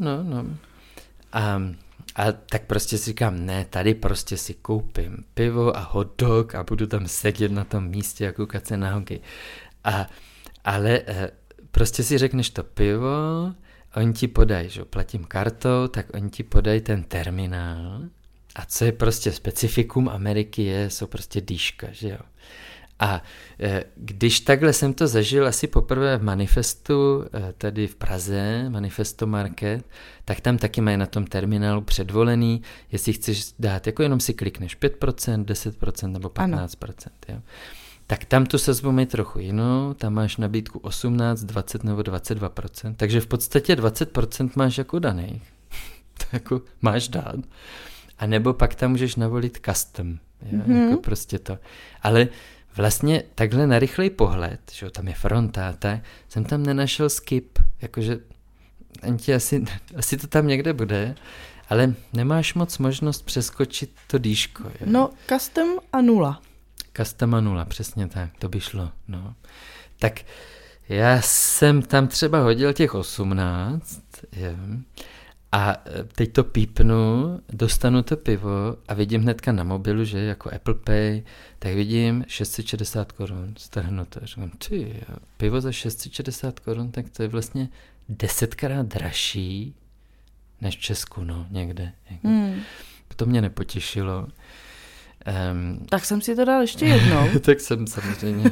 A tak prostě si říkám, ne, tady prostě si koupím pivo a hot dog a budu tam sedět na tom místě a koukat se na hokej. Ale prostě si řekneš to pivo, oni ti podají, že platím kartou, tak oni ti podají ten terminál. A co je prostě specifikum Ameriky jsou prostě dýška, že jo. A když takhle jsem to zažil asi poprvé v Manifestu tady v Praze, Manifesto Market, tak tam taky mají na tom terminálu předvolený, jestli chceš dát, jako jenom si klikneš 5%, 10% nebo 15%. Jo. Tak tam tu sazbu mají trochu jinou, tam máš nabídku 18, 20 nebo 22%, takže v podstatě 20% máš jako daných, to jako máš dát. A nebo pak tam můžeš navolit custom, jo, jako prostě to. Ale vlastně takhle na rychlej pohled, že tam je fronta, tak jsem tam nenašel skip, jakože asi to tam někde bude, ale nemáš moc možnost přeskočit to dýško. Jo. No, custom a 0. Custom a 0, přesně tak, to by šlo, no. Tak já jsem tam třeba hodil těch 18, jo. A teď to pípnu, dostanu to pivo a vidím hnedka na mobilu, že jako Apple Pay, tak vidím 660 korun strhnuto. Říkám, pivo za 660 korun, tak to je vlastně 10krát dražší než v Česku, no, někde. To mě nepotěšilo. Tak jsem si to dal ještě jednou. Tak jsem samozřejmě.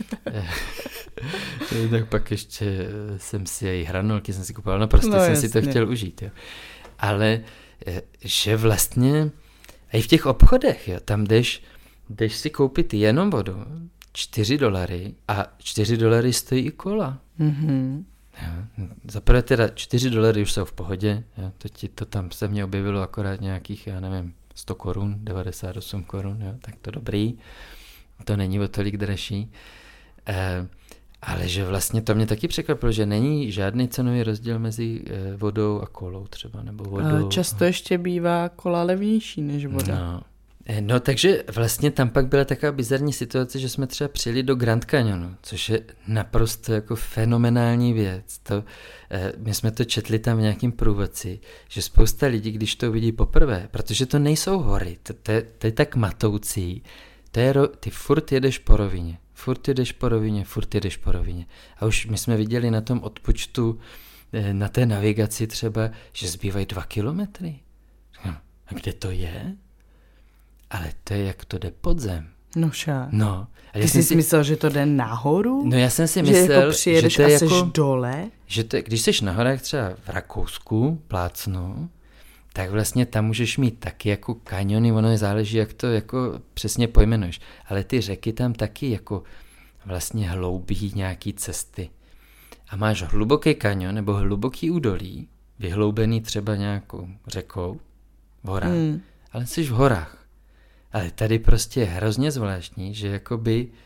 Tak pak ještě jsem si i hranolky jsem si kupoval, no prostě jsem si to chtěl užít. Jo. Ale že vlastně i v těch obchodech, jo, tam jdeš si koupit jenom vodu, $4 a $4 stojí i kola. Mm-hmm. Zaprvé teda $4 už jsou v pohodě, jo, to tam se mě objevilo akorát nějakých, já nevím, 100 korun, 98 korun, jo, tak to dobrý, to není o tolik dražší. Ale že vlastně to mě taky překvapilo, že není žádný cenový rozdíl mezi vodou a kolou třeba, nebo vodou. Často ještě bývá kola levnější než voda. No takže vlastně tam pak byla taková bizarní situace, že jsme třeba přijeli do Grand Canyonu, což je naprosto jako fenomenální věc. My jsme to četli tam v nějakým průvodci, že spousta lidí, když to uvidí poprvé, protože to nejsou hory, to je tak matoucí, ty furt jedeš po rovině. Furt jedeš po rovině. A už my jsme viděli na tom odpočtu, na té navigaci třeba, že zbývají 2 kilometry. A kde to je? Ale to je, jak to jde pod zem. No však. No. Ty jsi myslel, že to jde nahoru? No já jsem si myslel, jako přijedeš že to je a seš jako dole? Že to je, když seš na horách třeba v Rakousku, plácnu, tak vlastně tam můžeš mít taky jako kaniony, ono záleží, jak to jako přesně pojmenuješ. Ale ty řeky tam taky jako vlastně hloubí nějaký cesty. A máš hluboký kanion nebo hluboký údolí, vyhloubený třeba nějakou řekou v horách, ale jsi v horách. Ale tady prostě je hrozně zvláštní, že jakoby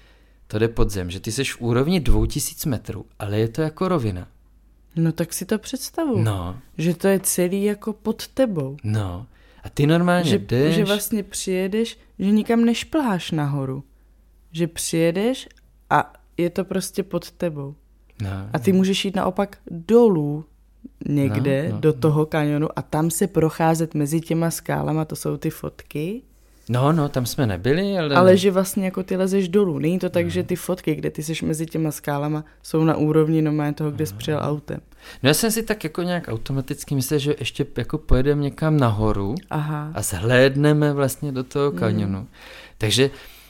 to jde pod zem, že ty seš v úrovni 2000 metrů, ale je to jako rovina. No tak si to představuji. No. Že to je celý jako pod tebou. No. A ty normálně jdeš. Že vlastně přijedeš, že nikam nešplháš nahoru. Že přijedeš a je to prostě pod tebou. No, a ty můžeš jít naopak dolů někde do toho kanionu a tam se procházet mezi těma skálama, to jsou ty fotky. No, tam jsme nebyli, ale... Ale že vlastně jako ty lezeš dolů. Není to tak, že ty fotky, kde ty seš mezi těma skálama, jsou na úrovni normálně toho, kde jsi přijel autem. No já jsem si tak jako nějak automaticky myslel, že ještě jako pojedeme někam nahoru. Aha. A zhlédneme vlastně do toho kanionu. Takže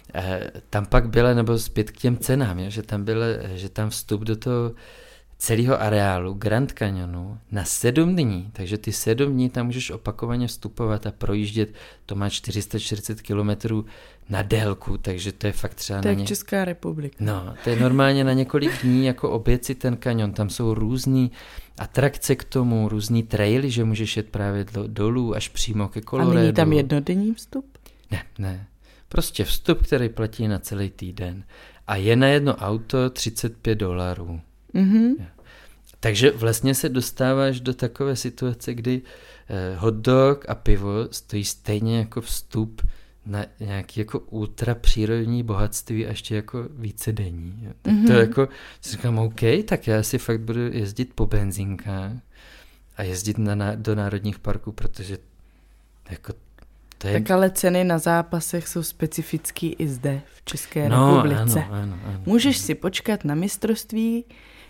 tam pak byla, nebo zpět k těm cenám, že tam vstup do toho celého areálu Grand Canyonu na 7 dní, takže ty 7 dní tam můžeš opakovaně vstupovat a projíždět, to má 440 kilometrů na délku, takže to je fakt třeba to je Česká republika. No, to je normálně na několik dní jako objet si ten kanion, tam jsou různý atrakce k tomu, různý traily, že můžeš jet právě dolů až přímo ke Coloradu. A není tam jednodenní vstup? Ne. Prostě vstup, který platí na celý týden. A je na jedno auto $35. Mhm. Takže vlastně se dostáváš do takové situace, kdy hot dog a pivo stojí stejně jako vstup na nějaký jako ultra přírodní bohatství a ještě jako vícedenní. Tak to jako si říkám, OK, tak já si fakt budu jezdit po benzinkách a jezdit do národních parků, protože jako to je... Tak ale ceny na zápasech jsou specifický i zde v České republice. Ano. Můžeš si počkat na mistrovství,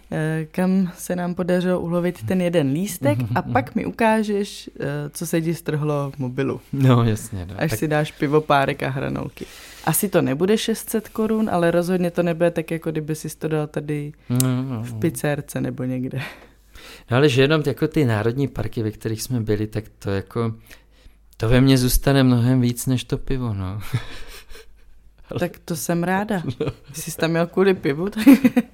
kam se nám podařilo ulovit ten jeden lístek a pak mi ukážeš, co se ti strhlo v mobilu. No, jasně. No. Až tak... si dáš pivo, párek a hranolky. Asi to nebude 600 korun, ale rozhodně to nebude tak, jako kdyby si to dal tady v pizzerce nebo někde. No ale že jenom jako ty národní parky, ve kterých jsme byli, tak to jako... To ve mně zůstane mnohem víc než to pivo, no. Tak to jsem ráda. Ty jsi tam měl kvůli pivu, tak...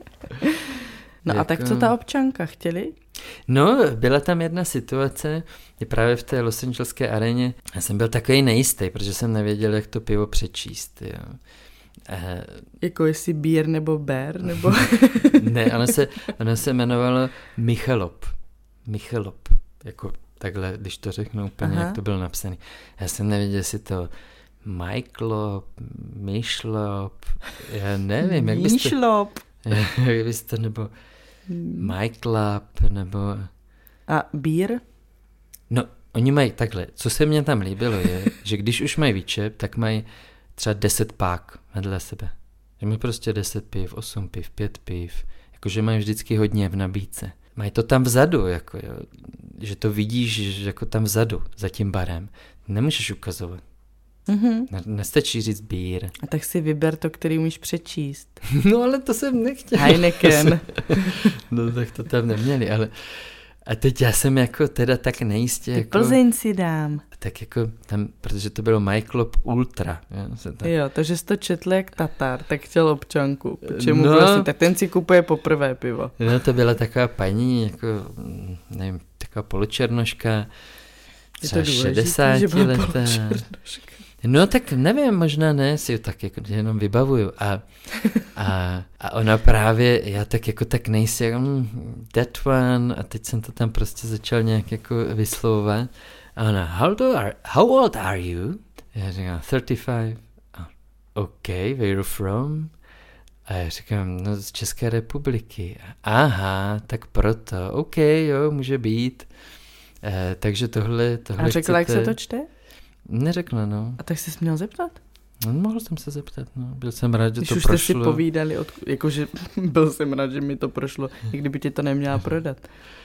No jako... a tak co ta občanka chtěli? No, byla tam jedna situace, je právě v té Los Angeleské aréně. Já jsem byl takový nejistý, protože jsem nevěděl, jak to pivo přečíst. Jo. Jako jestli beer nebo bear, nebo... Ne, ono se jmenovalo Michelop. Michelop, jako takhle, když to řeknu úplně, jak to bylo napsané. Já jsem nevěděl, jestli to Myšlop, já nevím, jak byste... Myšlop. Jak byste, nebo Myclub, nebo... A beer? No, oni mají takhle, co se mně tam líbilo je, že když už mají výčep, tak mají třeba 10 pák vedle sebe. Že mají prostě 10 piv, 8 piv, 5 piv, jakože mají vždycky hodně v nabídce. Mají to tam vzadu, jako, jo, že to vidíš, že jako tam vzadu, za tím barem. Nemůžeš ukazovat. Nestačí říct beer. A tak si vyber to, který umíš přečíst. No ale to jsem nechtěl. Heineken. No tak to tam neměli, ale... A teď já jsem jako teda tak nejistě Ty jako... Plzeň si dám. Tak jako tam, protože to bylo Myclub Ultra. Jo, takže jsi to četl jak Tatar, tak chtěl občanku. Čemu vlastně, tak ten si kupuje poprvé pivo. No to byla taková paní, jako, nevím, taková poločernoška, třeba 60 letá. No tak nevím, možná ne, si ji tak jako jenom vybavuju. A ona právě, já tak jako tak nejsi, jako, that one, a teď jsem to tam prostě začal nějak jako vyslovovat. A ona, how old are you? Já říkám, 35. OK, where you from? A já říkám, no z České republiky. Aha, tak proto. OK, jo, může být. Takže tohle a řekla, jak se to čte? Neřekla, no. A tak jsi měl zeptat? No, mohl jsem se zeptat, no. Byl jsem rád, že když to už prošlo. Jste si povídali, jakože byl jsem rád, že mi to prošlo, i kdyby ti to neměla prodat.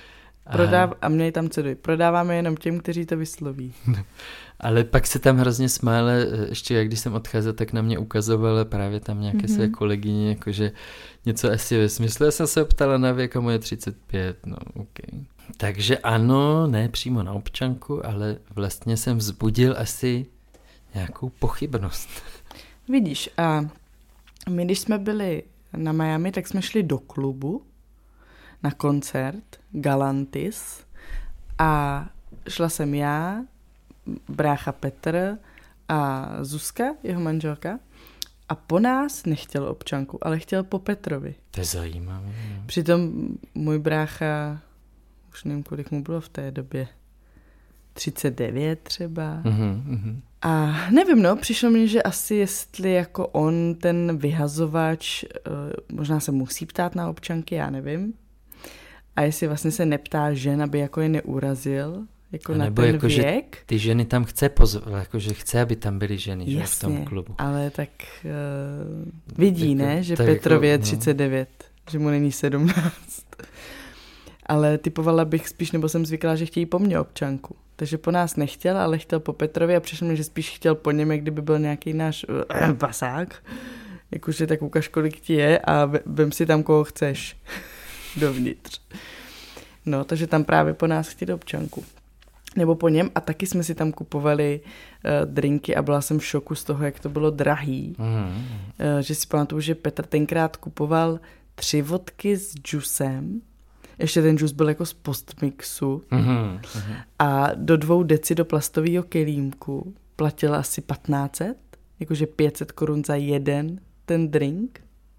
A měli tam ceduji. Prodáváme jenom těm, kteří to vysloví. Ale pak se tam hrozně smála, ještě jak když jsem odcházel, tak na mě ukazovala právě tam nějaké své kolegyně, jakože něco asi ve smyslu. Já jsem se optala na věk a moje 35, no OK. Takže ano, ne přímo na občanku, ale vlastně jsem vzbudil asi nějakou pochybnost. Vidíš, a my když jsme byli na Miami, tak jsme šli do klubu na koncert Galantis a šla jsem já, brácha Petr a Zuzka, jeho manželka, A po nás nechtěl občanku, ale chtěl po Petrovi. To je zajímavé. Přitom můj brácha, už nevím, kolik mu bylo v té době, 39 třeba. A nevím, no, přišlo mi, že asi jestli jako on, ten vyhazovač, možná se musí ptát na občanky, já nevím. A jestli vlastně se neptá žen, aby jako je neurazil, jako na ten jako, věk. Že ty ženy tam chce pozvat, jako že chce, aby tam byly ženy. Jasně, že v tom klubu. Ale tak vidí, jako, ne, že Petrově je 39, že mu není 17. Ale typovala bych spíš, nebo jsem zvyklá, že chtějí po mně občanku. Takže po nás nechtěl, ale chtěl po Petrově a přišlo mi, že spíš chtěl po něm, jak kdyby byl nějaký náš pasák. Jakože tak ukaž, kolik ti je a vem si tam, koho chceš dovnitř. No, takže tam právě po nás chtěli občanku. Nebo po něm a taky jsme si tam kupovali drinky a byla jsem v šoku z toho, jak to bylo drahý. Že si pamatuju, že Petr tenkrát kupoval 3 vodky s džusem. Ještě ten džus byl jako z postmixu. A do 2 deci do plastového kelímku platil asi 1500. Jakože 500 korun za jeden ten drink.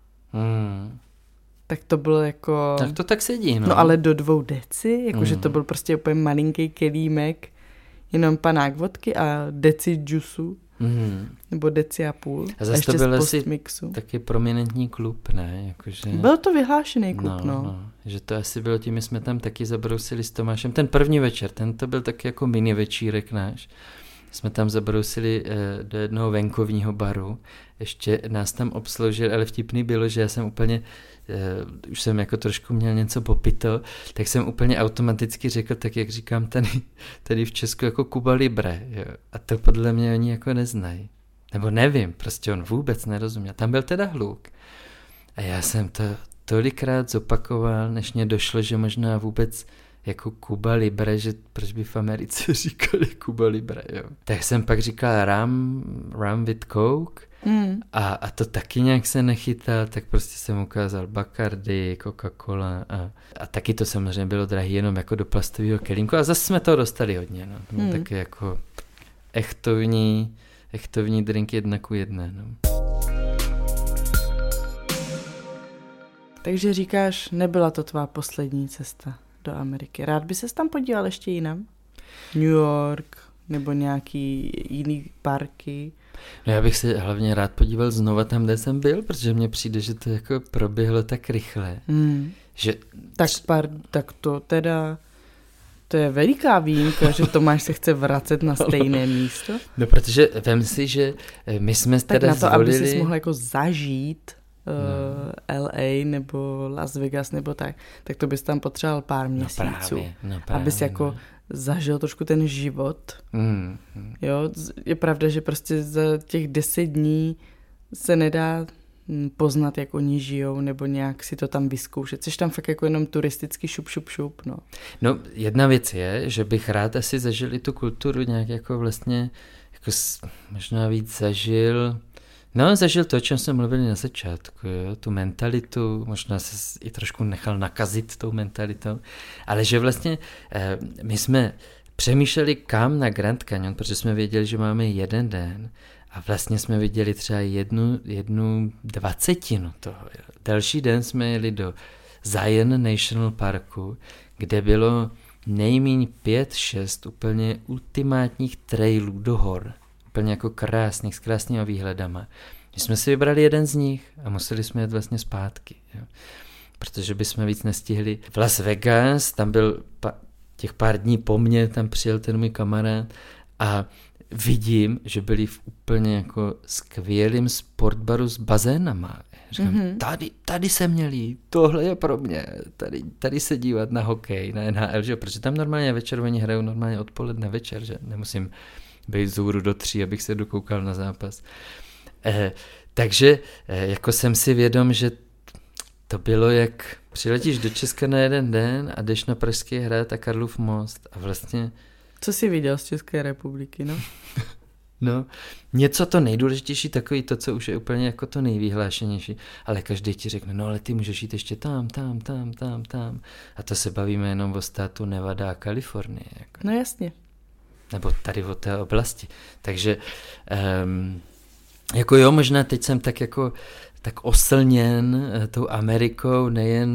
Tak to bylo jako... Tak to tak sedí, no. No ale do 2 deci, jakože to byl prostě úplně malinký kelímek, jenom panák vodky a deci džusu, nebo deci a půl. A zase to byl asi taky prominentní klub, ne? Jakože... Byl to vyhlášený klub, no. Že to asi bylo tím, my jsme tam taky zabrousili s Tomášem. Ten první večer, ten to byl taky jako mini večírek náš. Jsme tam zabrousili do jednoho venkovního baru. Ještě nás tam obsloužili, ale vtipný bylo, že já jsem úplně, už jsem jako trošku měl něco popito, tak jsem úplně automaticky řekl, tak jak říkám tady v Česku jako Cuba Libre. Jo. A to podle mě oni jako neznají. Nebo nevím, prostě on vůbec nerozuměl. Tam byl teda hluk. A já jsem to tolikrát zopakoval, než mě došlo, že možná vůbec jako Cuba Libre, že proč by v Americe říkali Cuba Libre, jo. Tak jsem pak říkal rum with coke a to taky nějak se nechytal, tak prostě jsem ukázal Bacardi, Coca-Cola a taky to samozřejmě bylo drahý jenom jako do plastového kelímku a zase jsme to dostali hodně, no. Taky jako echtovní drink 1:1, no. Takže říkáš, nebyla to tvá poslední cesta do Ameriky. Rád by ses tam podíval ještě jinam? New York nebo nějaký jiný parky? No já bych se hlavně rád podíval znova tam, kde jsem byl, protože mně přijde, že to jako proběhlo tak rychle. Že... Tak to teda... To je veliká výjimka, že Tomáš se chce vracet na stejné místo. No protože vem si, že my jsme tak teda na to, zvolili... aby jsi mohl jako zažít LA nebo Las Vegas nebo tak to bys tam potřeboval pár měsíců. No právě, abys jako zažil trošku ten život. Jo, je pravda, že prostě za těch 10 dní se nedá poznat, jak oni žijou, nebo nějak si to tam vyzkoušet. Což tam fakt jako jenom turisticky šup, no. No, jedna věc je, že bych rád asi zažil i tu kulturu nějak jako vlastně, jako možná víc zažil to, o čem jsme mluvili na začátku, jo? Tu mentalitu, možná se i trošku nechal nakazit tou mentalitou, ale že vlastně my jsme přemýšleli kam na Grand Canyon, protože jsme věděli, že máme 1 den a vlastně jsme viděli třeba jednu 20 toho. Jo? Další den jsme jeli do Zion National Parku, kde bylo nejméně 5-6 úplně ultimátních trailů do hor. Úplně jako krásných, s krásnýma výhledama. My jsme si vybrali jeden z nich a museli jsme jet vlastně zpátky. Jo. Protože bychom víc nestihli. V Las Vegas, tam byl těch pár dní po mně, tam přijel ten můj kamarád a vidím, že byli v úplně jako skvělým sportbaru s bazénama. Říkám, tady se měli, tohle je pro mě, tady se dívat na hokej, na NHL, že? Protože tam normálně večer oni hrajou normálně odpoledne večer, že nemusím být z hůru do 3, abych se dokoukal na zápas. Takže jako jsem si vědom, že to bylo jak přiletíš do Česka na 1 den a jdeš na Pražský hrad a Karlův most a vlastně... Co jsi viděl z České republiky, no? No, něco to nejdůležitější, takový to, co už je úplně jako to nejvýhlášenější, ale každý ti řekne, no ale ty můžeš jít ještě tam. A to se bavíme jenom o státu Nevada a Kalifornie. Jako. No jasně. Nebo tady o té oblasti. Takže Jako jo, možná teď jsem tak oslněn tou Amerikou,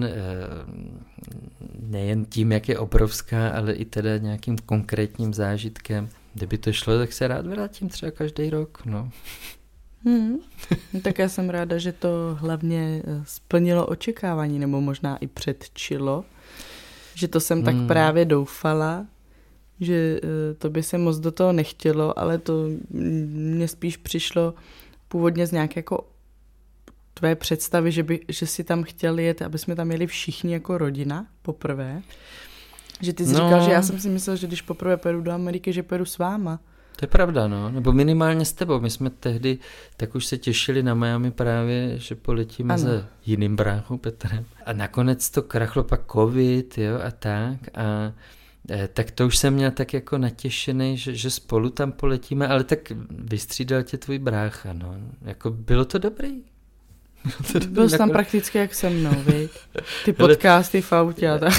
nejen tím, jak je obrovská, ale i teda nějakým konkrétním zážitkem. Kdyby to šlo, tak se rád vrátím třeba každý rok, no. Tak já jsem ráda, že to hlavně splnilo očekávání, nebo možná i předčilo, že to jsem tak právě doufala, že to by se moc do toho nechtělo, ale to mně spíš přišlo původně z nějaké jako tvé představy, že si tam chtěl jet, aby jsme tam jeli všichni jako rodina poprvé. Že ty jsi říkal, že já jsem si myslel, že když poprvé pojedu do Ameriky, že pojedu s váma. To je pravda, no. Nebo minimálně s tebou. My jsme tehdy tak už se těšili na Miami právě, že poletíme za jiným bráchou Petrem. A nakonec to krachlo pak covid, jo, a tak. A tak to už jsem měl tak jako natěšený, že spolu tam poletíme, ale tak vystřídal tě tvůj brácha, no. Jako bylo to dobrý. Byl jsi tam prakticky jak se mnou, viď? Ty podcasty v autě a tak.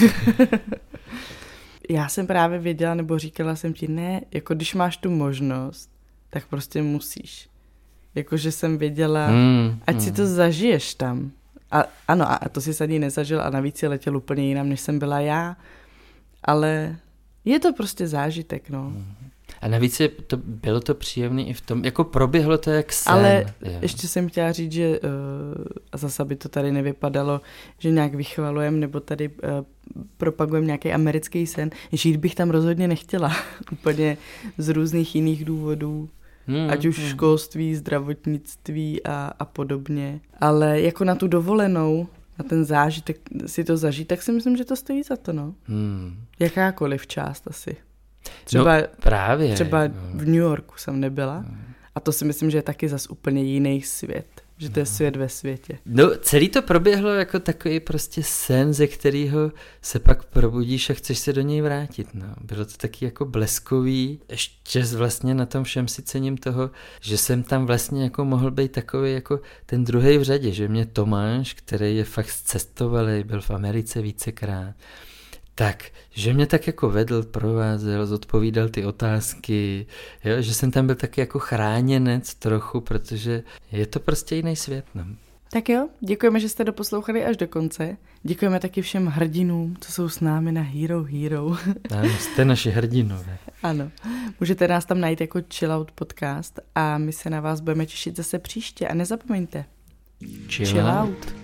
Já jsem právě věděla, nebo říkala jsem ti, ne, jako když máš tu možnost, tak prostě musíš. Jakože jsem věděla, ať si to zažiješ tam. A ano, a to si ani nezažil a navíc je letěl úplně jinam, než jsem byla já. Ale je to prostě zážitek, no. A navíc bylo to příjemný i v tom, jako proběhlo to jak sen. Ale ještě jsem chtěla říct, že a zase by to tady nevypadalo, že nějak vychvalujeme nebo tady propagujeme nějaký americký sen. Žít bych tam rozhodně nechtěla. Úplně z různých jiných důvodů. Ať už školství, zdravotnictví a podobně. Ale jako na tu dovolenou, na ten zážitek si to zažít, tak si myslím, že to stojí za to, no. Jakákoliv část asi. Třeba v New Yorku jsem nebyla a to si myslím, že je taky zas úplně jiný svět. Že to je svět ve světě. No, celý to proběhlo jako takový prostě sen, ze kterého se pak probudíš a chceš se do něj vrátit. No. Bylo to taky jako bleskový. Ještě vlastně na tom všem si cením toho, že jsem tam vlastně jako mohl být takový jako ten druhej v řadě, že mě Tomáš, který je fakt zcestovalý, byl v Americe vícekrát, tak, že mě tak jako vedl, provázel, zodpovídal ty otázky, jo, že jsem tam byl taky jako chráněnec trochu, protože je to prostě jiný svět. No. Tak jo, děkujeme, že jste doposlouchali až do konce. Děkujeme taky všem hrdinům, co jsou s námi na Hero Hero. Ano, jste naši hrdinové. Ano, můžete nás tam najít jako Chill Out podcast a my se na vás budeme těšit zase příště a nezapomeňte. Chill out.